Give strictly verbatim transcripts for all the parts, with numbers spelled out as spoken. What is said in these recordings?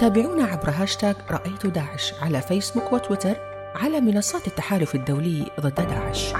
تابعونا عبر هاشتاغ رأيت داعش على فيسبوك وتويتر على منصات التحالف الدولي ضد داعش.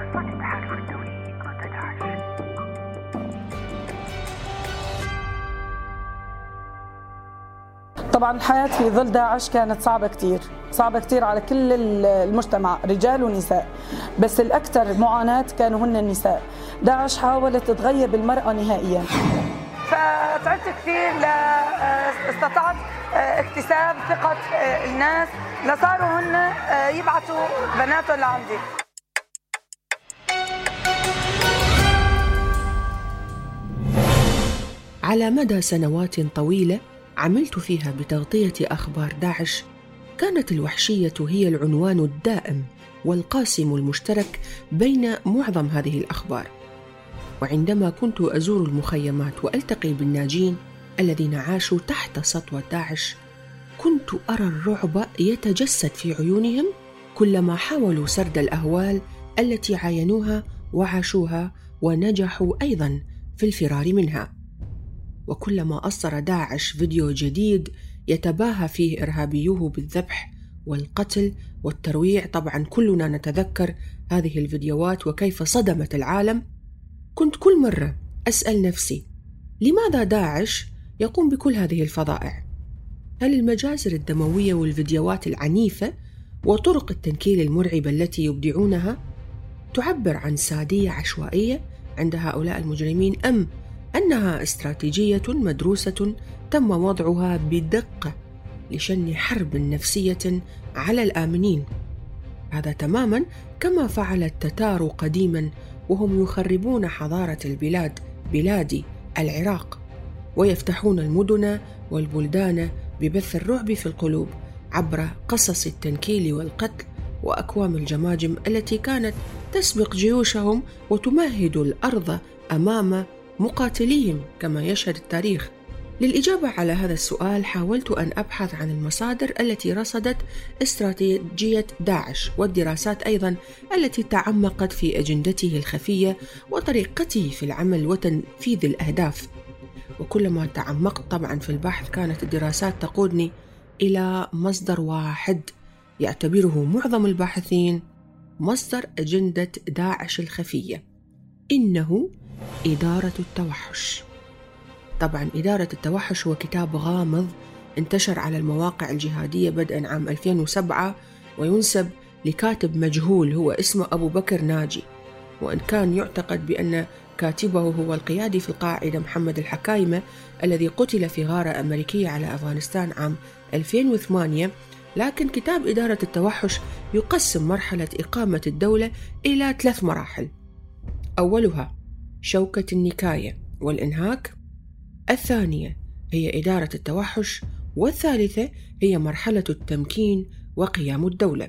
طبعا الحياة في ظل داعش كانت صعبة كتير صعبة كتير على كل المجتمع، رجال ونساء، بس الأكثر معاناة كانوا هن النساء. داعش حاولت تغيب المرأة نهائيا، فتعبت كثير لاستطعت اكتساب ثقة الناس لصاروا هن يبعثوا بناتهم لعندي. على مدى سنوات طويلة عملت فيها بتغطية أخبار داعش، كانت الوحشية هي العنوان الدائم والقاسم المشترك بين معظم هذه الأخبار. وعندما كنت أزور المخيمات وألتقي بالناجين الذين عاشوا تحت سطوة داعش، كنت أرى الرعب يتجسد في عيونهم كلما حاولوا سرد الأهوال التي عاينوها وعاشوها ونجحوا أيضاً في الفرار منها. وكلما أصدر داعش فيديو جديد يتباهى فيه إرهابيوه بالذبح والقتل والترويع، طبعاً كلنا نتذكر هذه الفيديوهات وكيف صدمت العالم، كنت كل مرة أسأل نفسي لماذا داعش يقوم بكل هذه الفظائع؟ هل المجازر الدموية والفيديوهات العنيفة وطرق التنكيل المرعبة التي يبدعونها تعبر عن سادية عشوائية عند هؤلاء المجرمين، أم أنها استراتيجية مدروسة تم وضعها بدقة لشن حرب نفسية على الآمنين؟ هذا تماماً كما فعل التتار قديماً وهم يخربون حضارة البلاد بلاد العراق، ويفتحون المدن والبلدان ببث الرعب في القلوب عبر قصص التنكيل والقتل وأكوام الجماجم التي كانت تسبق جيوشهم وتمهد الأرض أمام مقاتليهم كما يشهد التاريخ. للإجابة على هذا السؤال حاولت أن أبحث عن المصادر التي رصدت استراتيجية داعش والدراسات أيضا التي تعمقت في أجندته الخفية وطريقته في العمل وتنفيذ الأهداف. وكلما تعمقت طبعا في البحث كانت الدراسات تقودني إلى مصدر واحد يعتبره معظم الباحثين مصدر أجندة داعش الخفية، إنه إدارة التوحش. طبعا إدارة التوحش هو كتاب غامض انتشر على المواقع الجهادية بدءا عام ألفين وسبعة وينسب لكاتب مجهول هو اسمه أبو بكر ناجي، وإن كان يعتقد بأن كاتبه هو القيادي في القاعدة محمد الحكايمة الذي قتل في غارة أمريكية على أفغانستان عام ألفين وثمانية، لكن كتاب إدارة التوحش يقسم مرحلة إقامة الدولة إلى ثلاث مراحل: أولها شوكة النكاية والإنهاك، الثانية هي إدارة التوحش، والثالثة هي مرحلة التمكين وقيام الدولة.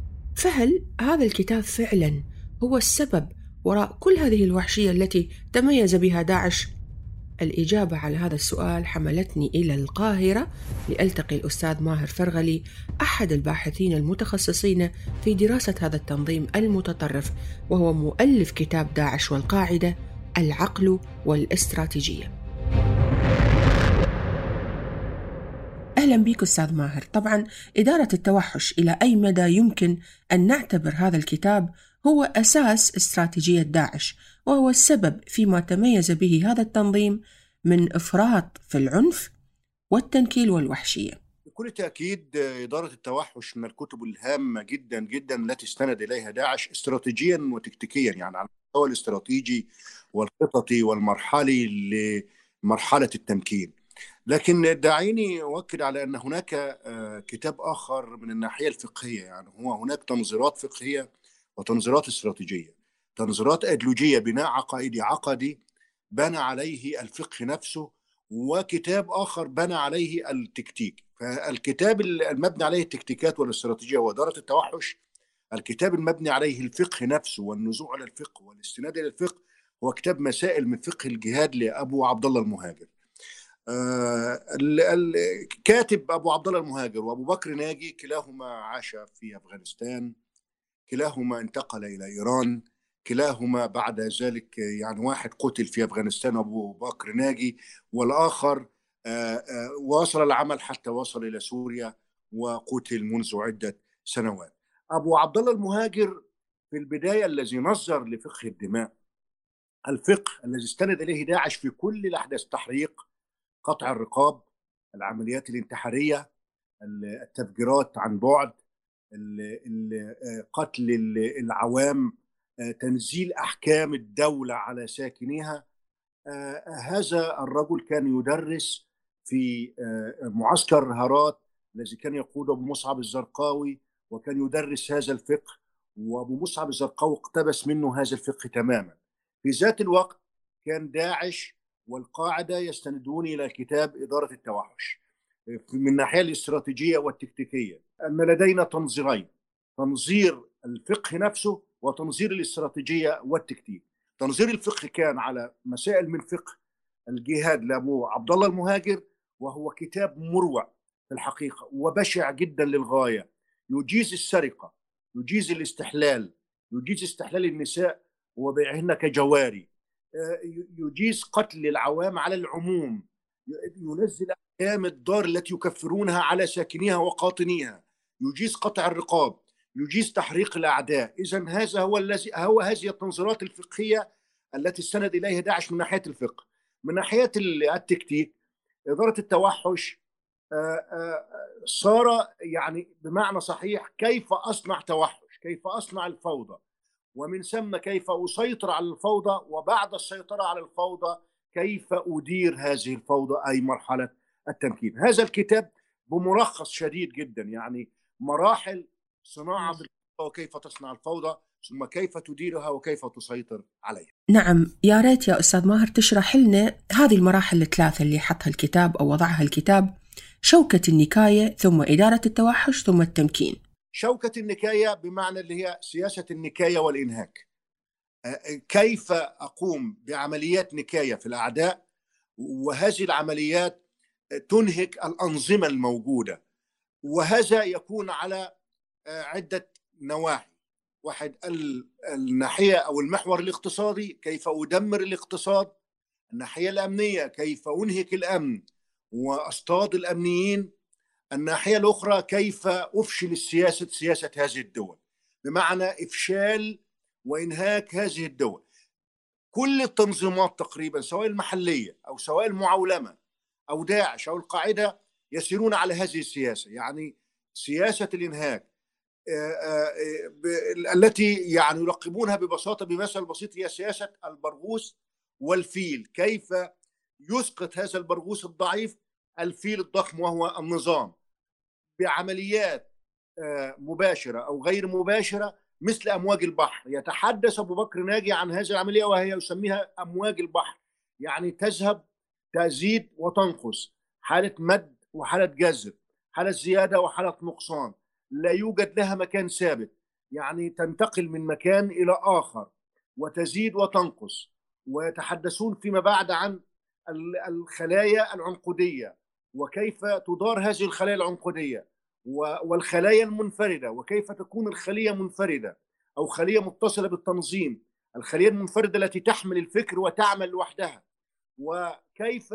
فهل هذا الكتاب فعلا هو السبب وراء كل هذه الوحشية التي تميز بها داعش؟ الإجابة على هذا السؤال حملتني إلى القاهرة لألتقي الأستاذ ماهر فرغلي، أحد الباحثين المتخصصين في دراسة هذا التنظيم المتطرف، وهو مؤلف كتاب داعش والقاعدة: العقل والاستراتيجية. أهلا بك أستاذ ماهر. طبعا إدارة التوحش إلى أي مدى يمكن أن نعتبر هذا الكتاب هو أساس استراتيجية داعش، وهو السبب فيما تميز به هذا التنظيم من إفراط في العنف والتنكيل والوحشية؟ بكل تأكيد إدارة التوحش من الكتب الهامة جدا جدا التي استند إليها داعش استراتيجيا وتكتيكيا، يعني على المستوى الاستراتيجي والخططي والمرحلي لمرحلة التمكين. لكن دعيني أؤكد على أن هناك كتاب آخر من الناحية الفقهية، يعني هو هناك تنظيرات فقهية وتنظيرات استراتيجية. تنظيرات أيديولوجية بناء عقائدي عقدي بنى عليه الفقه نفسه، وكتاب آخر بنى عليه التكتيك. فالكتاب المبني عليه التكتيكات والاستراتيجية وإدارة التوحش، الكتاب المبني عليه الفقه نفسه والنزوع على الفقه والاستناد إلى الفقه هو كتاب مسائل من فقه الجهاد لأبو عبد الله المهاجر. آه الكاتب أبو عبد الله المهاجر وأبو بكر ناجي كلاهما عاش في أفغانستان، كلاهما انتقل إلى إيران، كلاهما بعد ذلك يعني واحد قتل في أفغانستان أبو بكر ناجي، والآخر واصل العمل حتى وصل إلى سوريا وقتل منذ عدة سنوات. أبو عبد الله المهاجر في البداية الذي نظر لفقه الدماء، الفقه الذي استند إليه داعش في كل الأحداث، تحريق، قطع الرقاب، العمليات الانتحارية، التفجيرات عن بعد، قتل العوام، تنزيل أحكام الدولة على ساكنيها. هذا الرجل كان يدرس في معسكر هارات الذي كان يقوده أبو مصعب الزرقاوي، وكان يدرس هذا الفقه، وأبو مصعب الزرقاوي اقتبس منه هذا الفقه تماما. في ذات الوقت كان داعش والقاعدة يستندون إلى كتاب إدارة التوحش من الناحية الاستراتيجية والتكتيكية. أن لدينا تنظيرين، تنظير الفقه نفسه وتنظير الاستراتيجية والتكتيك. تنظير الفقه كان على مسائل من فقه الجهاد لأبو عبد الله المهاجر، وهو كتاب مروع في الحقيقة وبشع جدا للغاية، يجيز السرقة، يجيز الاستحلال، يجيز استحلال النساء وبيعهن كجواري، يجيز قتل العوام على العموم، ينزل أحكام الدار التي يكفرونها على ساكنيها وقاطنيها، يجيز قطع الرقاب، يجيز تحريق الأعداء. إذن هذا هو الذي هو هذه التنظيرات الفقهية التي استند إليها داعش من ناحية الفقه. من ناحية التكتيك، إدارة التوحش صار يعني بمعنى صحيح كيف أصنع توحش، كيف أصنع الفوضى، ومن ثم كيف أسيطر على الفوضى، وبعد السيطرة على الفوضى كيف أدير هذه الفوضى، أي مرحلة التمكين. هذا الكتاب بملخص شديد جدا، يعني مراحل صناعة الفوضى وكيف تصنع الفوضى، ثم كيف تديرها وكيف تسيطر عليها. نعم، يا ريت يا أستاذ ماهر تشرح لنا هذه المراحل الثلاثة اللي حطها الكتاب أو وضعها الكتاب: شوكة النكاية، ثم إدارة التوحش، ثم التمكين. شوكة النكاية بمعنى اللي هي سياسة النكاية والإنهاك، كيف أقوم بعمليات نكاية في الأعداء، وهذه العمليات تنهك الأنظمة الموجودة، وهذا يكون على عدة نواحي. واحد، الناحية أو المحور الاقتصادي، كيف أدمر الاقتصاد. الناحية الأمنية، كيف أنهك الأمن وأصطاد الأمنيين. الناحية الأخرى، كيف أفشل السياسة سياسة هذه الدول، بمعنى إفشال وإنهاك هذه الدول. كل التنظيمات تقريبا، سواء المحلية أو سواء المعولمة أو داعش أو القاعدة، يسيرون على هذه السياسة، يعني سياسة الإنهاك التي يعني يلقبونها ببساطة بمثل بسيط، هي سياسة البرغوث والفيل. كيف يسقط هذا البرغوث الضعيف الفيل الضخم وهو النظام، بعمليات مباشرة أو غير مباشرة مثل أمواج البحر. يتحدث أبو بكر ناجي عن هذه العملية وهي يسميها أمواج البحر، يعني تذهب تزيد وتنقص، حالة مد وحالة جزر، حالة زيادة وحالة نقصان، لا يوجد لها مكان ثابت، يعني تنتقل من مكان إلى آخر وتزيد وتنقص. ويتحدثون فيما بعد عن الخلايا العنقودية وكيف تدار هذه الخلايا العنقودية، والخلايا المنفردة وكيف تكون الخلية منفردة أو خلية متصلة بالتنظيم، الخلية المنفردة التي تحمل الفكر وتعمل لوحدها، وكيف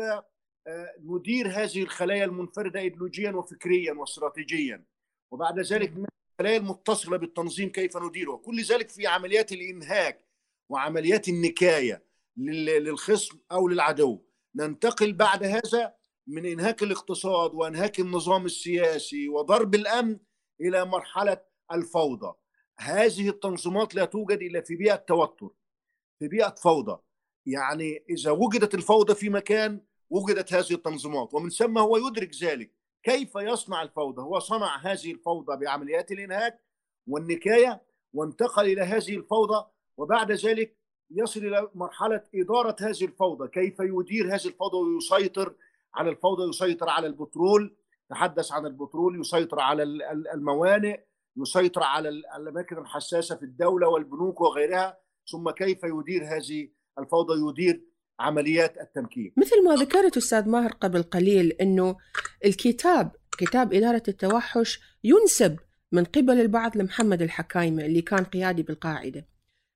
ندير هذه الخلايا المنفردة إيديولوجيا وفكريا واستراتيجيا، وبعد ذلك الخلايا المتصلة بالتنظيم كيف نديرها. كل ذلك في عمليات الإنهاك وعمليات النكاية للخصم أو للعدو. ننتقل بعد هذا من إنهاك الاقتصاد وإنهاك النظام السياسي وضرب الأمن إلى مرحلة الفوضى. هذه التنظيمات لا توجد إلا في بيئة توتر، في بيئة فوضى. يعني إذا وجدت الفوضى في مكان وجدت هذه التنظيمات، ومن ثم هو يدرك ذلك. كيف يصنع الفوضى؟ هو صنع هذه الفوضى بعمليات الإنهاك والنكاية، وانتقل إلى هذه الفوضى، وبعد ذلك يصل إلى مرحلة إدارة هذه الفوضى، كيف يدير هذه الفوضى ويسيطر على الفوضى، يسيطر على البترول، تحدث عن البترول، يسيطر على الموانئ، يسيطر على الأماكن الحساسة في الدولة والبنوك وغيرها، ثم كيف يدير هذه الفوضى، يدير عمليات التمكين. مثل ما ذكرت أستاذ ماهر قبل قليل أنه الكتاب كتاب إدارة التوحش ينسب من قبل البعض لمحمد الحكايمة اللي كان قيادي بالقاعدة.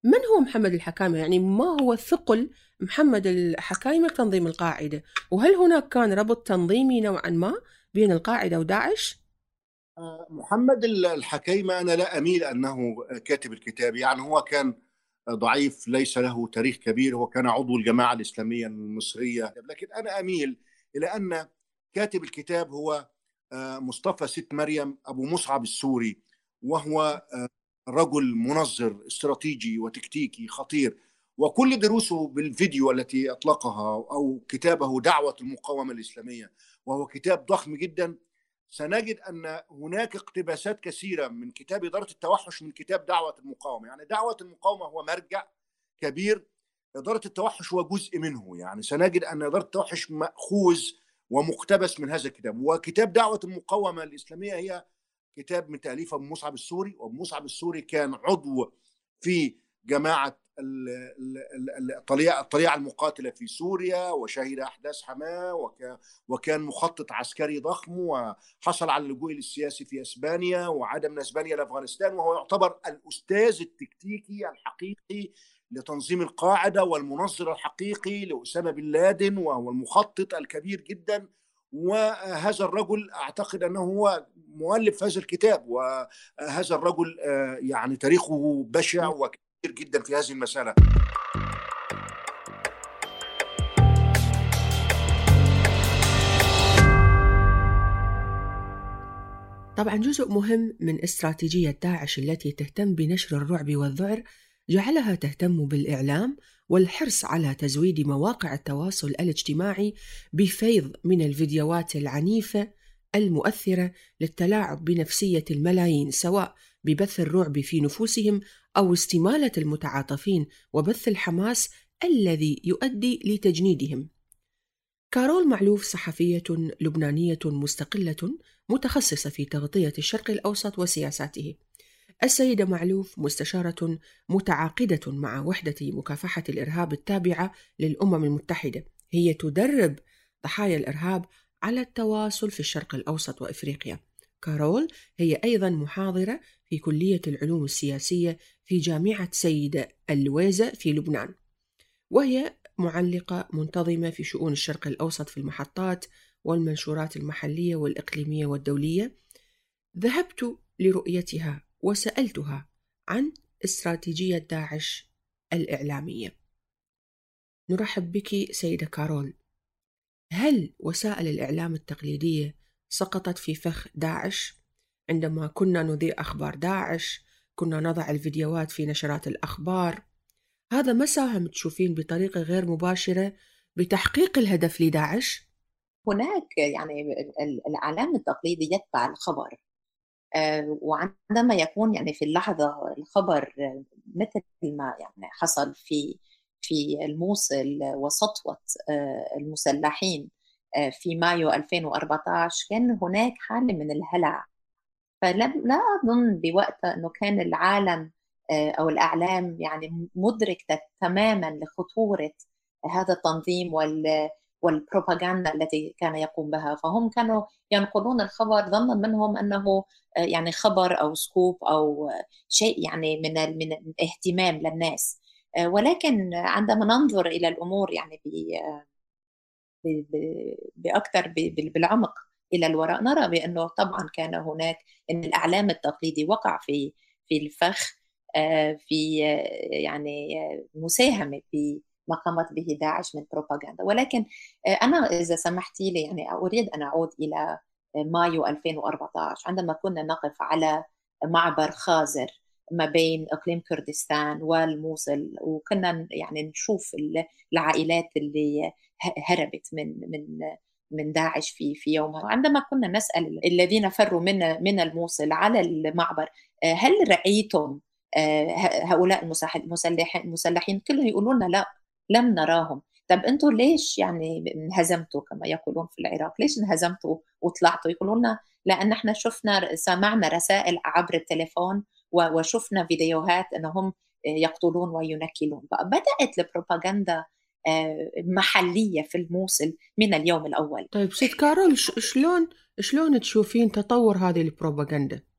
من هو محمد الحكايمة؟ يعني ما هو ثقل محمد الحكايمة تنظيم القاعدة؟ وهل هناك كان ربط تنظيمي نوعا ما بين القاعدة وداعش؟ محمد الحكيمة أنا لا أميل أنه كاتب الكتاب، يعني هو كان ضعيف، ليس له تاريخ كبير، هو كان عضو الجماعة الإسلامية المصرية، لكن أنا أميل إلى أن كاتب الكتاب هو مصطفى ست مريم أبو مصعب السوري، وهو رجل منظر استراتيجي وتكتيكي خطير، وكل دروسه بالفيديو التي أطلقها أو كتابه دعوة المقاومة الإسلامية، وهو كتاب ضخم جدا. سنجد أن هناك اقتباسات كثيرة من كتاب إدارة التوحش من كتاب دعوة المقاومة. يعني دعوة المقاومة هو مرجع كبير، إدارة التوحش هو جزء منه. يعني سنجد أن إدارة التوحش مأخوذ ومقتبس من هذا الكتاب. وكتاب دعوة المقاومة الإسلامية هي كتاب من تأليف أبو مصعب السوري، وأبو مصعب السوري كان عضو في جماعة الطليعة الطليعة المقاتلة في سوريا، وشهد أحداث حماة، وكان مخطط عسكري ضخم، وحصل على اللجوء السياسي في أسبانيا وعاد من أسبانيا لأفغانستان، وهو يعتبر الأستاذ التكتيكي الحقيقي لتنظيم القاعدة والمنظر الحقيقي لأسامة بن لادن، وهو المخطط الكبير جدا. وهذا الرجل أعتقد أنه هو مؤلف هذا الكتاب، وهذا الرجل يعني تاريخه بشع وكبير جدا في هذه المسألة. طبعا جزء مهم من استراتيجية داعش التي تهتم بنشر الرعب والذعر جعلها تهتم بالإعلام والحرص على تزويد مواقع التواصل الاجتماعي بفيض من الفيديوهات العنيفة المؤثرة للتلاعب بنفسية الملايين، سواء ببث الرعب في نفوسهم أو استمالة المتعاطفين وبث الحماس الذي يؤدي لتجنيدهم. كارول معلوف صحفية لبنانية مستقلة متخصصة في تغطية الشرق الأوسط وسياساته. السيدة معلوف مستشارة متعاقدة مع وحدة مكافحة الإرهاب التابعة للأمم المتحدة. هي تدرب ضحايا الإرهاب على التواصل في الشرق الأوسط وإفريقيا. كارول هي أيضا محاضرة في كلية العلوم السياسية في جامعة سيدة اللويزة في لبنان، وهي معلقة منتظمة في شؤون الشرق الأوسط في المحطات والمنشورات المحلية والإقليمية والدولية. ذهبت لرؤيتها وسألتها عن استراتيجية داعش الإعلامية. نرحب بك سيدة كارول. هل وسائل الإعلام التقليدية سقطت في فخ داعش؟ عندما كنا نذيع أخبار داعش كنا نضع الفيديوهات في نشرات الأخبار، هذا ما ساهم تشوفين بطريقة غير مباشرة بتحقيق الهدف لداعش؟ هناك يعني الإعلام التقليدي يتبع الخبر، وعندما يكون يعني في اللحظة الخبر مثل ما يعني حصل في في الموصل وسطوة المسلحين في مايو ألفين وأربعة عشر، كان هناك حالة من الهلع. فلم لا أظن بوقتها أنه كان العالم أو الإعلام يعني مدرك تماما لخطورة هذا التنظيم وال والبروباغندا التي كان يقوم بها. فهم كانوا ينقلون الخبر ظنا منهم أنه يعني خبر أو سكوب أو شيء يعني من من اهتمام للناس. ولكن عندما ننظر إلى الأمور يعني بأكثر بالعمق إلى الوراء، نرى بأنه طبعا كان هناك أن الإعلام التقليدي وقع في في الفخ في يعني مساهمة في ما قامت به داعش من بروباغندا. ولكن أنا إذا سمحتي لي يعني أريد أن أعود إلى مايو ألفين وأربعة عشر، عندما كنا نقف على معبر خازر ما بين إقليم كردستان والموصل، وكنا يعني نشوف العائلات اللي هربت من من من داعش في في يومها. وعندما كنا نسأل الذين فروا من من الموصل على المعبر، هل رأيتم هؤلاء المسلحين المسلحين كلهم يقولون لنا لا، لم نراهم. طب انتوا ليش يعني انهزمتوا كما يقولون في العراق؟ ليش انهزمتوا وطلعتوا؟ يقولون لأن احنا شفنا سمعنا رسائل عبر التليفون وشفنا فيديوهات أنهم يقتلون وينكلون. بدأت البروباغندا محلية في الموصل من اليوم الأول. طيب ست كارول، شلون شلون تشوفين تطور هذه البروباغندا؟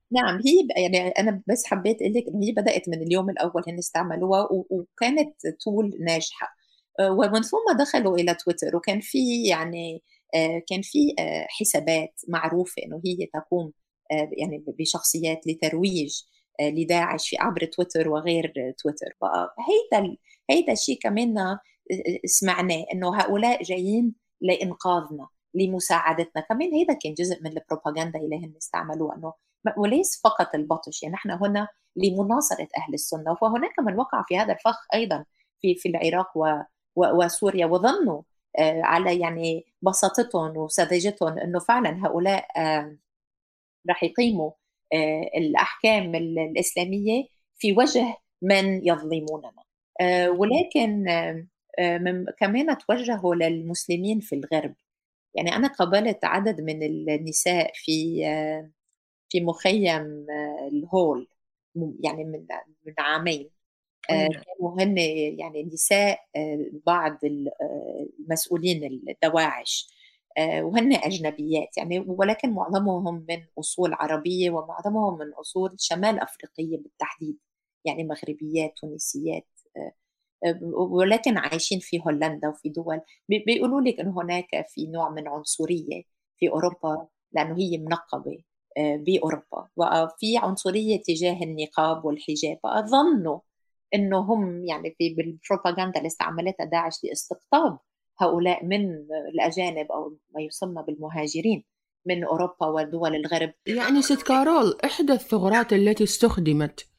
نعم، هي ب يعني أنا بس حبّيت أقول لِك إنه هي بدأت من اليوم الأول هن استعملوها و وكانت tool ناجحة، آآ ومن ثم دخلوا إلى تويتر وكان في يعني آآ كان في آآ حسابات معروفة إنه هي تقوم آآ يعني ب بشخصيات لترويج آآ لداعش في عبر تويتر وغير تويتر، بقى هيدا ال هيدا الشيء كمان آآ سمعناه إنه هؤلاء جايين لإنقاذنا، لمساعدتنا، كمان هيدا كان جزء من البروباغندا اللي هن استعملوها إنه م وليس فقط البطش، يعني نحن هنا لمناصرة أهل السنة، وهناك من وقع في هذا الفخ أيضًا في في العراق و و وسوريا، وظنوا آآ على يعني بساطتهم وسذاجتهم إنه فعلًا هؤلاء آآ راح يقيموا آآ الأحكام ال الإسلامية في وجه من يظلموننا. آآ ولكن آمم آآ من كمان توجهوا للمسلمين في الغرب، يعني أنا قابلت عدد من النساء في آه، في مخيم الhall م يعني من من عامين، أي آآ نعم. كانوا هن يعني نساء آآ بعض ال آآ المسؤولين الدواعش، آآ وهن أجنبيات يعني، ولكن معظمهم من أصول عربية ومعظمهم من أصول شمال أفريقية بالتحديد، يعني مغربيات، تونسيات، آآ آآ ولكن عايشين في هولندا وفي دول بي بيقولوا لِك إنه هناك في نوع من عنصرية في أوروبا لأنه هي منقّبة آآ بأوروبا، بقى في عنصرية تجاه النقاب والحجاب، بقى ظنّوا إنه هم يعني في بالبروباغندا اللي استعملتها داعش لاستقطاب هؤلاء من الأجانب أو ما يسمى بالمهاجرين من أوروبا ودول الغرب. يعني ست كارول، إحدى الثغرات التي استخدمت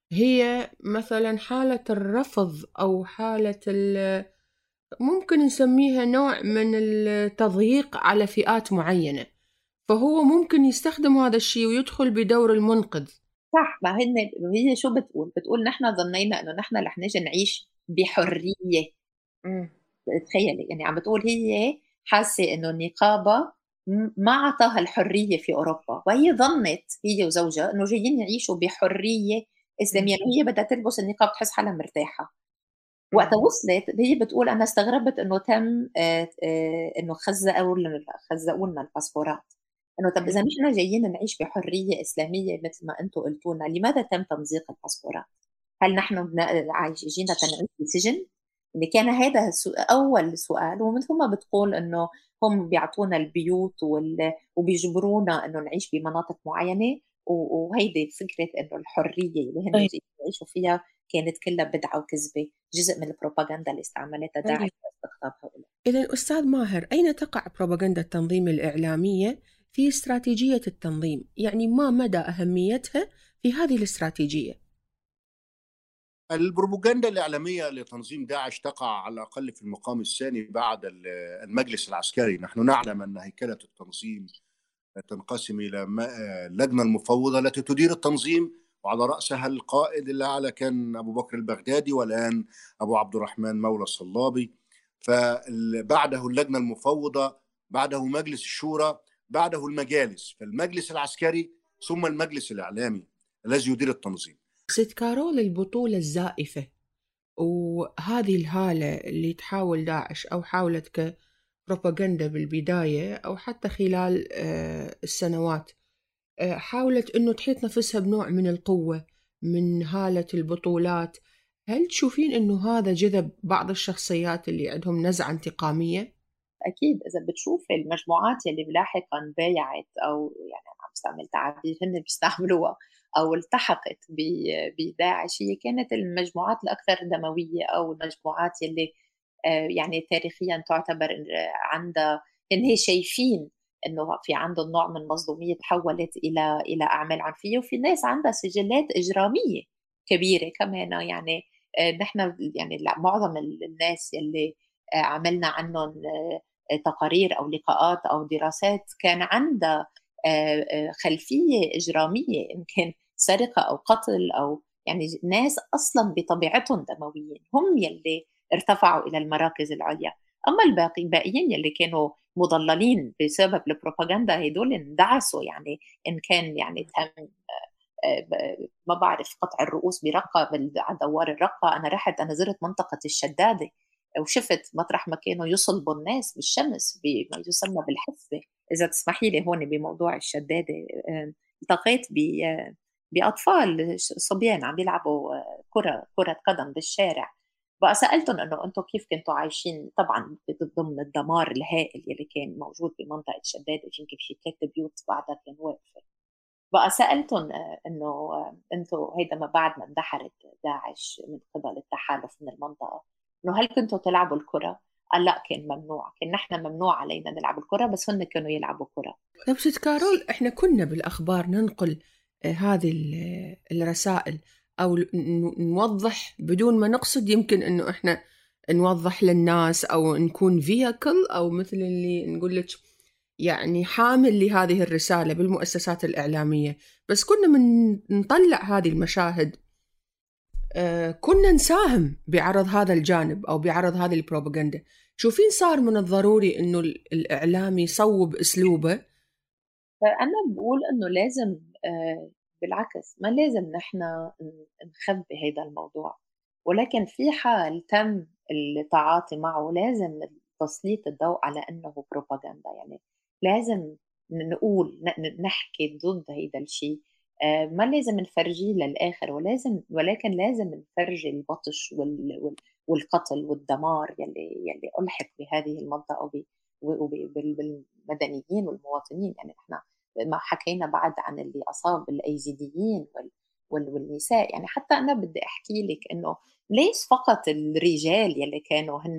هي مثلا حالة الرفض أو حالة ال ممكن نسميها نوع من التضييق على فئات معينة، فهو ممكن يستخدم هذا الشيء ويدخل بدور المنقذ. صح، ما هن هي شو بتقول؟ بتقول نحن ظنينا إنه نحن رح نيجي نعيش بحرية. مم. تخيّلي، يعني عم بتقول هي حاسة إنه النقابة م ما عطاها الحرية في أوروبا، وهي ظنِّت هي وزوجها إنه جايين يعيشوا بحرية إسلامية، مم. إنه هي بدها تلبس النقاب تحس حالها مرتاحة. وقتها مم. وصلت هي بتقول أنا استغربت إنه تم آآ آآ إنه خزّقوا لنا خزّقوا لنا الباسبورات، إنه طَب إذا مم. نحن جايين نعيش بحرية إسلامية متل ما أنتم قلتوا لنا، لماذا تم تمزيق الباسبورات؟ هل نحن بن عايش جينا تنعيش بسجن؟ اللي كان هذا سو أول سؤال، ومن ثم بتقول إنه هم بيعطونا البيوت وال وبيجبرونا إنه نعيش بمناطق معيّنة، و وهيدي فكرة إنه الحرية اللي هن أي. جايين يعيشوا فيها كانت كلّها بدعة وكذبة، جزء من البروباغندا اللي استعملتها داعش أي. لاستقطاب هؤلاء. إذا أستاذ ماهر، أين تقع بروباغندا التنظيم الإعلامية في استراتيجية التنظيم؟ يعني ما مدى أهميتها في هذه الاستراتيجية؟ البروباغندا الإعلامية لتنظيم داعش تقع على الأقل في المقام الثاني بعد ال- المجلس العسكري. نحن نعلم أن هيكلة التنظيم تنقسم إلى ما- اللجنة المفوضة التي تدير التنظيم، وعلى رأسها القائد الأعلى كان أبو بكر البغدادي، والآن أبو عبد الرحمن مولى الصلابي. فبعده اللجنة المفوضة، بعده مجلس الشورى، بعده المجالس، فالمجلس العسكري ثم المجلس الإعلامي الذي يدير التنظيم. ست كارول، البطولة الزائفة وهذه الهالة اللي تحاول داعش أو حاولت كبروباغندا بالبداية أو حتى خلال آه، السنوات، آه، حاولت أنه تحيط نفسها بنوع من القوة من هالة البطولات. هل تشوفين أنه هذا جذب بعض الشخصيات اللي عندهم نزعة انتقامية؟ أكيد إذا بتشوفي المجموعات يلّي لاحقًا بايعت أو يعني أنا عم باستعمل تعابير هن بيستعملوها أو التحقت ب بداعش، هي كانت المجموعات الأكثر دموية أو المجموعات يلّي آآ يعني تاريخيًا تُعتبر آآ عندها هن شايفين إنه في عندهم نوع من المصدومية تحوّلت إلى إلى أعمال عنفية، وفي ناس عندها سجلات إجرامية كبيرة كمان يعني. آآ نحن يعني ل معظم ال الناس يلّي آآ عملنا عنّن تقارير أو لقاءات أو دراسات كان عندها آآ آآ خلفية إجرامية، إن كان سرقة أو قتل أو يعني ج ناس أصلًا بطبيعتهم دمويين، هم يلّي ارتفعوا إلى المراكز العُليا. أمّا الباقي الباقيين يلّي كانوا مُضلّلين بسبب البروباغندا هيدول اندعسوا، يعني إن كان يعني تم آآ ب ما باعرف قطع الرؤوس برقّة بال على دوار الرقّة. أنا رحت أنا زرت منطقة الشدادة وشفت مطرح ما كانوا يصلبوا الناس بالشمس بما يسمى بالحفة، إذا تسمحي لي هون بموضوع الشدادة. آآ التقيت بأطفال صبيان عم بيلعبوا كرة كرة قدم بالشارع. بقى سألتهم إنه أنتم كيف كنتوا عايشين، طبعا ضمن الدمار الهائل يلي كان موجود بمنطقة شداد، يمكن في ثلاث بيوت بعدها كان واقفة. بقى سألتهم إنه أنتم هيدا ما بعد ما اندحرت داعش من قبل التحالف من المنطقة، إنه هل كنتوا تلعبوا الكرة؟ قال لا، كان ممنوع، كان نحن ممنوع علينا نلعب الكرة، بس هن كانوا يلعبوا كرة. طيب ست كارول، احنا كنا بالأخبار ننقل آه، هذه ال- الرسائل أو ن- نوضح بدون ما نقصد، يمكن إنه احنا نوضح للناس أو نكون فيكل أو مثل اللي نقول لك يعني حامل لهذه الرسالة بالمؤسسات الإعلامية. بس كنا من نطلع هذه المشاهد، آه، كنا نساهم بعرض هذا الجانب أو بعرض هذه البروباغندا. شوفين صار من الضروري إنه الإعلامي يصوب أسلوبه. فأنا بقول إنه لازم، آه، بالعكس، ما لازم نحن نخبي هذا الموضوع، ولكن في حال تم التعاطي معه لازم تسليط الضوء على أنه بروباغندا. يعني لازم نقول ن- نحكي ضد هذا الشيء. آه، ما لازم نفرجيه للآخر، ولازم ولكن لازم نفرجي البطش وال- وال- والقتل والدمار يلي يلي ألحق بهذه المنطقة وب- وب- بال- بالمدنيين والمواطنين. يعني احنا ما حكينا بعد عن اللي أصاب الأيزيديين وال وال- والنساء. يعني حتى أنا بدي أحكي لك إنه ليش فقط الرجال يلي كانوا هن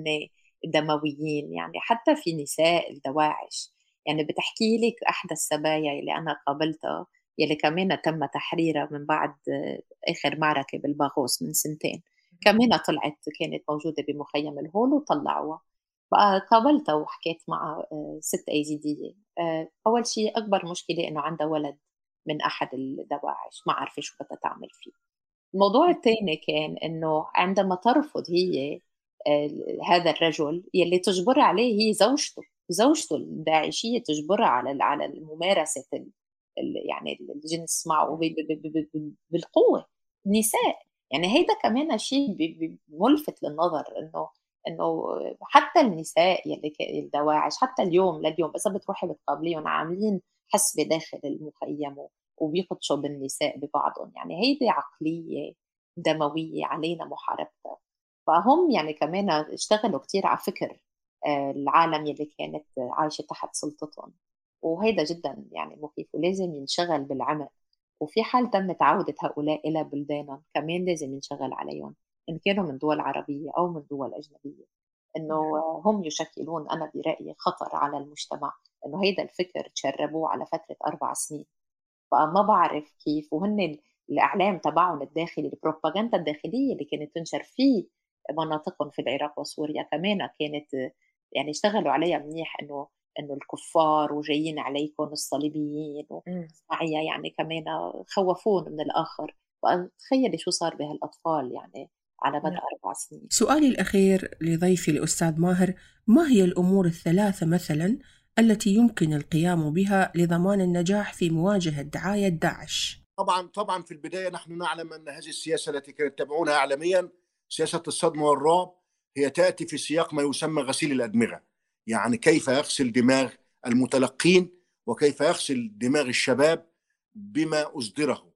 دمويين، يعني حتى في نساء الدواعش. يعني بتحكي لك أحدى السبايا يلي أنا قابلتها، يلي كمان تم تحريرها من بعد آخر معركة بالباغوس من سنتين، كمان طلعت كانت موجودة بمخيم الهول وطلعوها. بقى قابلتها وحكيت مع آه، ست أيزيدية. آه، أول شيء أكبر مشكلة إنه عندها ولد من أحد الدواعش، ما عارفة شو بدها تعمل فيه. الموضوع الثاني كان إنه عندما ترفض هي آه، هذا الرجل يلي تجبر عليه هي زوجته زوجته الداعشية، تجبرها على على ممارسة ال- ال- يعني الجنس معه ب- ب- ب- ب- بالقوة. النساء، يعني هيدا كمان شيء ب- ب- ملفت للنظر، إنه إنه حتى النساء يلي ك- الدواعش حتى اليوم لليوم إذا بتروحي بتقابليهم عاملين حسبة داخل المخيم وبيخدشوا بالنساء ببعضهم. يعني هيدي عقلية دموية علينا محاربتها. فهم يعني كمان اشتغلوا كتير على فكر آه، العالم يلي كانت عايشة تحت سلطتهم، وهيدا جدا يعني مخيف ولازم ينشغل بالعمق. وفي حال تمت عودة هؤلاء إلى بلدانهم كمان لازم ينشغل عليهم، إن كانوا من دول عربية أو من دول أجنبية، إنه هم يشكلون أنا برأيي خطر على المجتمع. إنه هيدا الفكر تشربوه على فترة أربع سنين، فما بعرف كيف. وهن ال- الإعلام تبعهم الداخلي، البروباغندا الداخلية اللي كانت تنشر في مناطقهم في العراق وسوريا كمان كانت يعني اشتغلوا عليها منيح، إنه إنه الكفار وجايين عليكم الصليبيين مم. ومعيا، يعني كمان خوفون من الآخر. تخيلي شو صار بهالأطفال يعني على مدى أربع سنين. سؤالي الأخير لضيفي الأستاذ ماهر، ما هي الأمور الثلاثة مثلا التي يمكن القيام بها لضمان النجاح في مواجهة دعاية داعش؟ طبعا طبعا في البدايه نحن نعلم ان هذه السياسه التي كانت يتبعونها اعلاميا، سياسه الصدمه والرعب، هي تاتي في سياق ما يسمى غسيل الادمغه. يعني كيف يغسل دماغ المتلقين وكيف يغسل دماغ الشباب بما اصدره،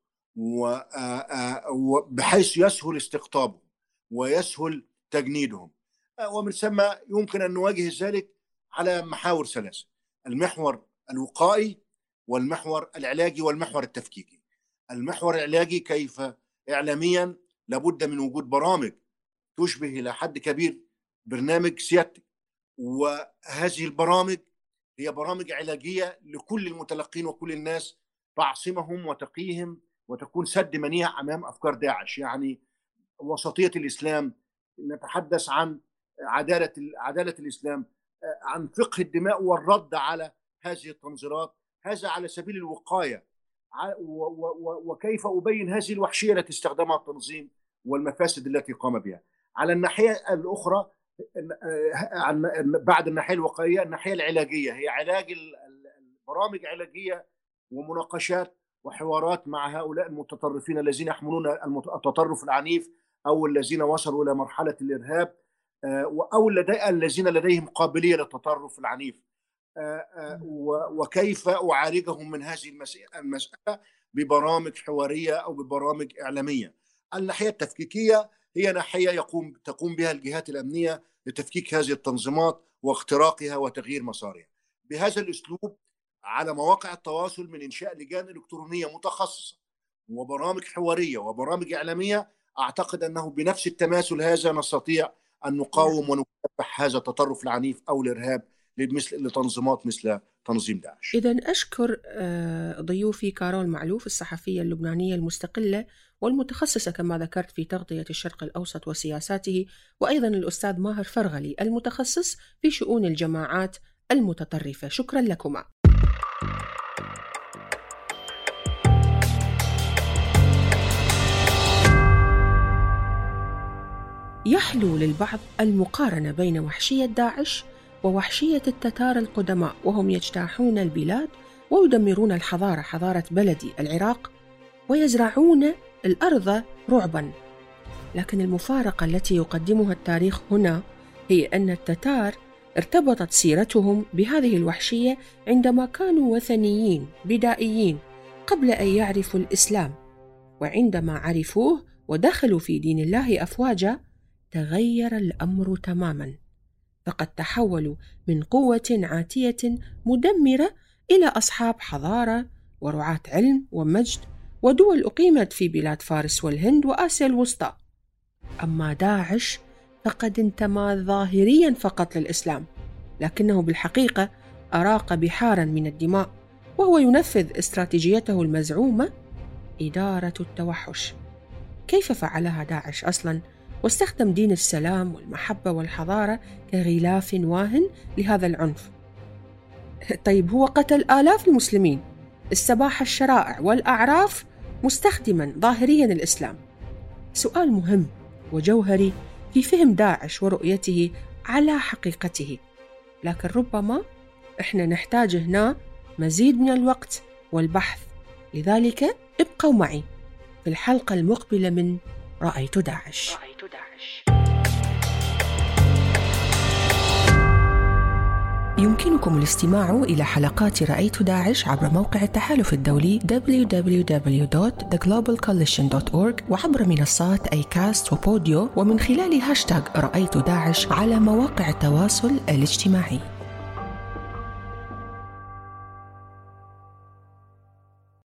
وبحيث يسهل استقطابهم ويسهل تجنيدهم. ومن ثم يمكن ان نواجه ذلك على محاور ثلاثه: المحور الوقائي والمحور العلاجي والمحور التفكيكي. المحور العلاجي، كيف إعلاميا لابد من وجود برامج تشبه إلى حد كبير برنامج سيادتك، وهذه البرامج هي برامج علاجية لكل المتلقين وكل الناس، تعصمهم وتقيهم وتكون سد منيع أمام أفكار داعش. يعني وسطية الإسلام، نتحدث عن عدالة عدالة الإسلام، عن فقه الدماء والرد على هذه التنظيرات، هذا على سبيل الوقاية. وكيف أبين هذه الوحشية التي استخدمها التنظيم والمفاسد التي قام بها. على الناحية الأخرى، بعد الناحية الوقائية، الناحية العلاجية هي علاج البرامج علاجية ومناقشات وحوارات مع هؤلاء المتطرفين الذين يحملون التطرف العنيف أو الذين وصلوا إلى مرحلة الإرهاب، أو الذين لديهم قابلية للتطرف العنيف. وكيف أعالجهم من هذه المسألة ببرامج حوارية أو ببرامج إعلامية. الناحية التفكيكية هي ناحية يقوم تقوم بها الجهات الأمنية لتفكيك هذه التنظيمات واختراقها وتغيير مسارها. بهذا الأسلوب على مواقع التواصل من إنشاء لجان إلكترونية متخصصة وبرامج حوارية وبرامج إعلامية، أعتقد أنه بنفس التماثل هذا نستطيع أن نقاوم ونكافح هذا التطرف العنيف أو الإرهاب لمثل لتنظيمات مثل تنظيم داعش. إذن أشكر ضيوفي كارول معلوف الصحفية اللبنانية المستقلة والمتخصصة كما ذكرت في تغطية الشرق الأوسط وسياساته، وأيضا الأستاذ ماهر فرغلي المتخصص في شؤون الجماعات المتطرفة. شكرا لكما. يحلو للبعض المقارنة بين وحشية داعش ووحشية التتار القدماء وهم يجتاحون البلاد ويدمرون الحضارة، حضارة بلدي العراق، ويزرعون الأرض رعبا. لكن المفارقة التي يقدمها التاريخ هنا هي أن التتار ارتبطت سيرتهم بهذه الوحشية عندما كانوا وثنيين بدائيين قبل أن يعرفوا الإسلام، وعندما عرفوه ودخلوا في دين الله أفواجا تغير الأمر تماما، فقد تحولوا من قوة عاتية مدمرة إلى أصحاب حضارة ورعاة علم ومجد ودول أقيمت في بلاد فارس والهند وآسيا الوسطى. أما داعش فقد انتمى ظاهريا فقط للإسلام، لكنه بالحقيقة أراق بحارا من الدماء، وهو ينفذ استراتيجيته المزعومة إدارة التوحش. كيف فعلها داعش أصلا؟ واستخدم دين السلام والمحبة والحضارة كغلاف واهن لهذا العنف. طيب هو قتل آلاف المسلمين، استباح الشرائع والأعراف مستخدما ظاهريا الإسلام. سؤال مهم وجوهري في فهم داعش ورؤيته على حقيقته، لكن ربما إحنا نحتاج هنا مزيد من الوقت والبحث. لذلك ابقوا معي في الحلقة المقبلة من رأيت داعش. رأيت داعش. يمكنكم الاستماع إلى حلقات رأيت داعش عبر موقع التحالف الدولي دبليو دبليو دبليو دوت ذا جلوبال كواليشن دوت أورج وعبر منصات أي كاست وبوديو، ومن خلال هاشتاغ رأيت داعش على مواقع التواصل الاجتماعي.